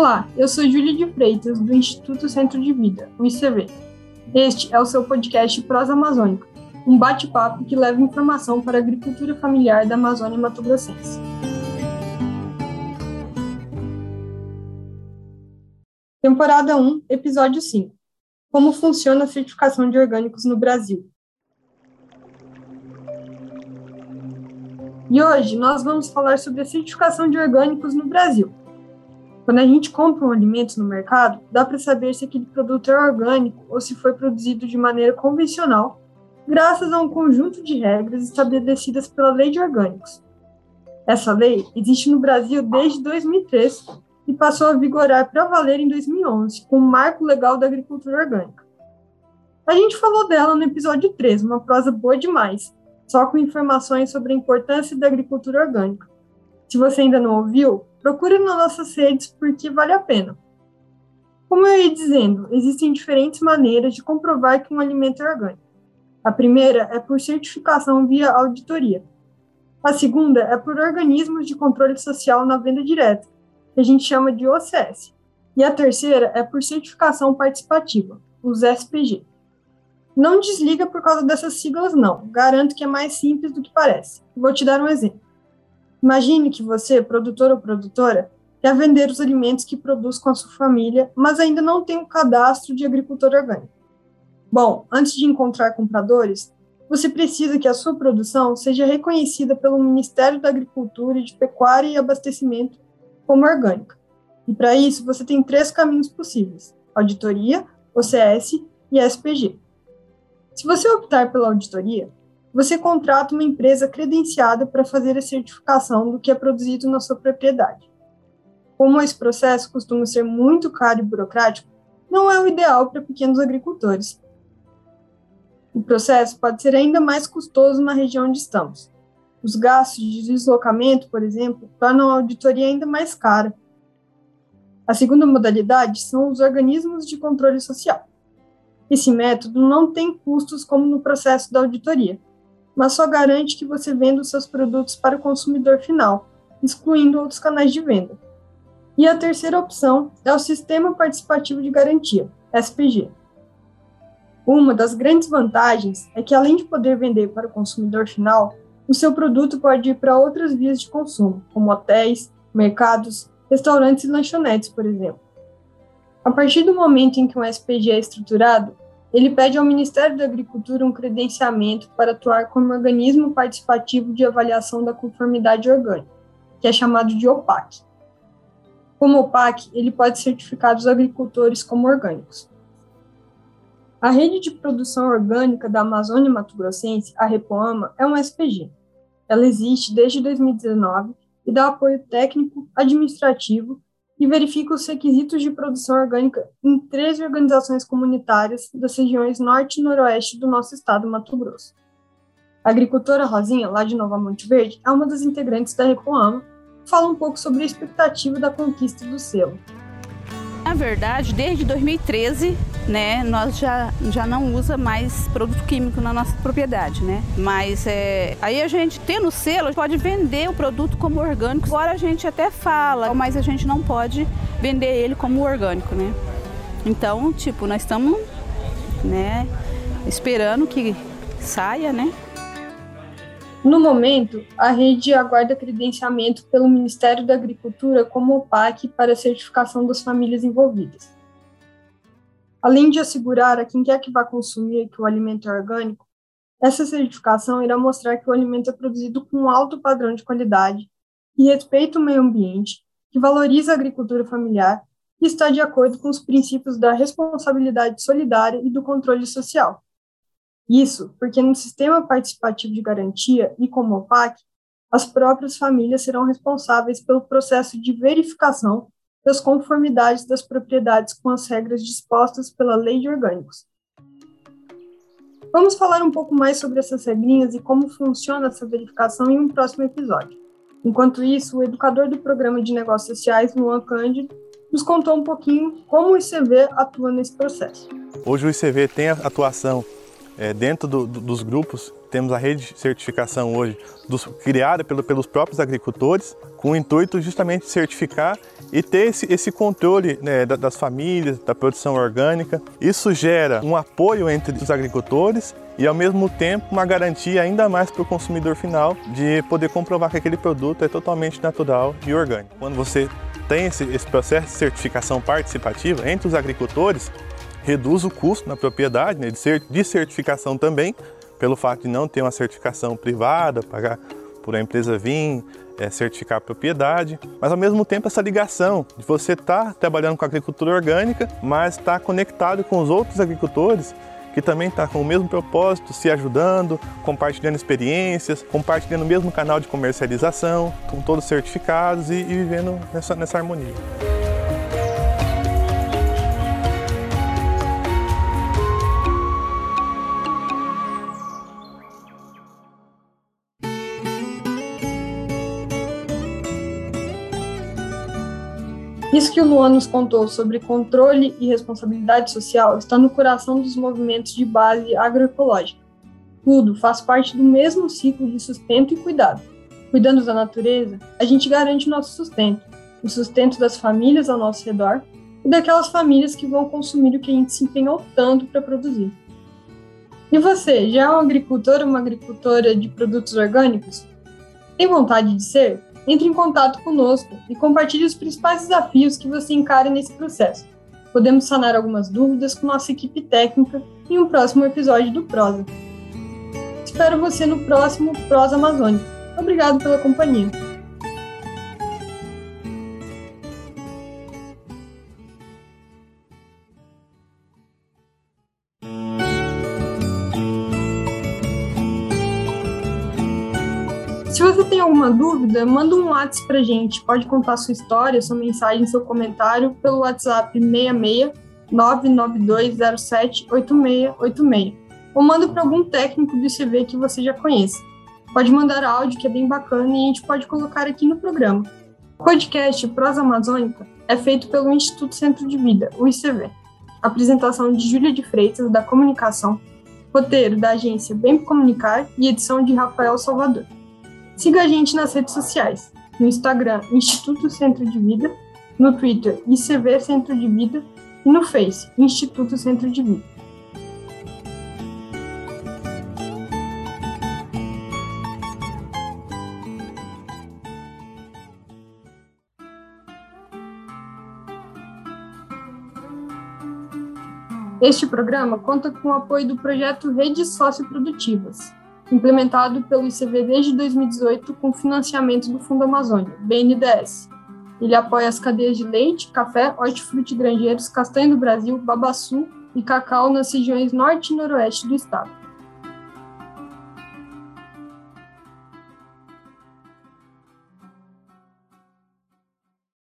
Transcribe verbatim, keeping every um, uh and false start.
Olá, eu sou Júlia de Freitas, do Instituto Centro de Vida, o I C V. Este é o seu podcast Prosa Amazônica, um bate-papo que leva informação para a agricultura familiar da Amazônia mato-grossense. Temporada um, Episódio cinco. Como funciona a certificação de orgânicos no Brasil? E hoje nós vamos falar sobre a certificação de orgânicos no Brasil. Quando a gente compra um alimento no mercado, dá para saber se aquele produto é orgânico ou se foi produzido de maneira convencional, graças a um conjunto de regras estabelecidas pela Lei de Orgânicos. Essa lei existe no Brasil desde dois mil e três e passou a vigorar para valer em dois mil e onze, com o Marco Legal da Agricultura Orgânica. A gente falou dela no episódio três, uma prosa boa demais, só com informações sobre a importância da agricultura orgânica. Se você ainda não ouviu, procure nas nossas redes porque vale a pena. Como eu ia dizendo, existem diferentes maneiras de comprovar que um alimento é orgânico. A primeira é por certificação via auditoria. A segunda é por organismos de controle social na venda direta, que a gente chama de O C S. E a terceira é por certificação participativa, os S P G. Não desliga por causa dessas siglas não, garanto que é mais simples do que parece. Vou te dar um exemplo. Imagine que você, produtor ou produtora, quer vender os alimentos que produz com a sua família, mas ainda não tem um cadastro de agricultor orgânico. Bom, antes de encontrar compradores, você precisa que a sua produção seja reconhecida pelo Ministério da Agricultura, de Pecuária e Abastecimento como orgânica. E para isso, você tem três caminhos possíveis: auditoria, O C S e S P G. Se você optar pela auditoria, você contrata uma empresa credenciada para fazer a certificação do que é produzido na sua propriedade. Como esse processo costuma ser muito caro e burocrático, não é o ideal para pequenos agricultores. O processo pode ser ainda mais custoso na região onde estamos. Os gastos de deslocamento, por exemplo, tornam a auditoria ainda mais cara. A segunda modalidade são os organismos de controle social. Esse método não tem custos como no processo da auditoria, mas só garante que você venda os seus produtos para o consumidor final, excluindo outros canais de venda. E a terceira opção é o Sistema Participativo de Garantia, S P G. Uma das grandes vantagens é que, além de poder vender para o consumidor final, o seu produto pode ir para outras vias de consumo, como hotéis, mercados, restaurantes e lanchonetes, por exemplo. A partir do momento em que um S P G é estruturado, ele pede ao Ministério da Agricultura um credenciamento para atuar como organismo participativo de avaliação da conformidade orgânica, que é chamado de O P A C. Como O P A C, ele pode certificar os agricultores como orgânicos. A Rede de Produção Orgânica da Amazônia mato-grossense, a REPOAMA, é um S P G. Ela existe desde dois mil e dezenove e dá apoio técnico, administrativo e verifica os requisitos de produção orgânica em treze organizações comunitárias das regiões norte e noroeste do nosso estado, Mato Grosso. A agricultora Rosinha, lá de Nova Monte Verde, é uma das integrantes da REPOAMA, e fala um pouco sobre a expectativa da conquista do selo. Na verdade, desde dois mil e treze, né, nós já, já não usa mais produto químico na nossa propriedade, né? Mas é, aí a gente, tendo selo, pode vender o produto como orgânico. Agora a gente até fala, mas a gente não pode vender ele como orgânico, né? Então, tipo, nós estamos, né, esperando que saia, né? No momento, a rede aguarda credenciamento pelo Ministério da Agricultura como O P A C para a certificação das famílias envolvidas. Além de assegurar a quem quer que vá consumir que o alimento é orgânico, essa certificação irá mostrar que o alimento é produzido com um alto padrão de qualidade, que respeita o meio ambiente, que valoriza a agricultura familiar e está de acordo com os princípios da responsabilidade solidária e do controle social. Isso porque no Sistema Participativo de Garantia e como O P A C, as próprias famílias serão responsáveis pelo processo de verificação das conformidades das propriedades com as regras dispostas pela Lei de Orgânicos. Vamos falar um pouco mais sobre essas regrinhas e como funciona essa verificação em um próximo episódio. Enquanto isso, o educador do Programa de Negócios Sociais, Luan Cândido, nos contou um pouquinho como o I C V atua nesse processo. Hoje o I C V tem a atuação É, dentro do, do, dos grupos, temos a rede de certificação hoje dos, criada pelo, pelos próprios agricultores, com o intuito justamente de certificar e ter esse, esse controle, né, das famílias, da produção orgânica. Isso gera um apoio entre os agricultores e, ao mesmo tempo, uma garantia ainda mais para o consumidor final de poder comprovar que aquele produto é totalmente natural e orgânico. Quando você tem esse, esse processo de certificação participativa entre os agricultores, reduz o custo na propriedade, né, de certificação também, pelo fato de não ter uma certificação privada, pagar por a empresa vir é, certificar a propriedade, mas ao mesmo tempo essa ligação de você estar tá trabalhando com a agricultura orgânica, mas estar tá conectado com os outros agricultores que também estão tá com o mesmo propósito, se ajudando, compartilhando experiências, compartilhando o mesmo canal de comercialização, com todos certificados e, e vivendo nessa, nessa harmonia. Isso que o Luan nos contou sobre controle e responsabilidade social está no coração dos movimentos de base agroecológica. Tudo faz parte do mesmo ciclo de sustento e cuidado. Cuidando da natureza, a gente garante o nosso sustento, o sustento das famílias ao nosso redor e daquelas famílias que vão consumir o que a gente se empenhou tanto para produzir. E você, já é um agricultor ou uma agricultora de produtos orgânicos? Tem vontade de ser? Entre em contato conosco e compartilhe os principais desafios que você encara nesse processo. Podemos sanar algumas dúvidas com nossa equipe técnica em um próximo episódio do Prosa. Espero você no próximo Prosa Amazônica. Obrigado pela companhia. Se você tem alguma dúvida, manda um WhatsApp pra gente. Pode contar sua história, sua mensagem, seu comentário pelo WhatsApp seis seis nove nove dois zero sete oito seis oito seis ou manda para algum técnico do I C V que você já conheça. Pode mandar áudio, que é bem bacana, e a gente pode colocar aqui no programa. O podcast Prosa Amazônica é feito pelo Instituto Centro de Vida, o I C V. Apresentação de Júlia de Freitas, da Comunicação, roteiro da agência Bem Comunicar e edição de Rafael Salvador. Siga a gente nas redes sociais, no Instagram Instituto Centro de Vida, no Twitter I C V Centro de Vida e no Face Instituto Centro de Vida. Este programa conta com o apoio do projeto Redes Socioprodutivas, implementado pelo I C V desde dois mil e dezoito com financiamento do Fundo Amazônia, B N D E S. Ele apoia as cadeias de leite, café, hortifruti grangeiros, castanha do Brasil, babaçu e cacau nas regiões norte e noroeste do estado.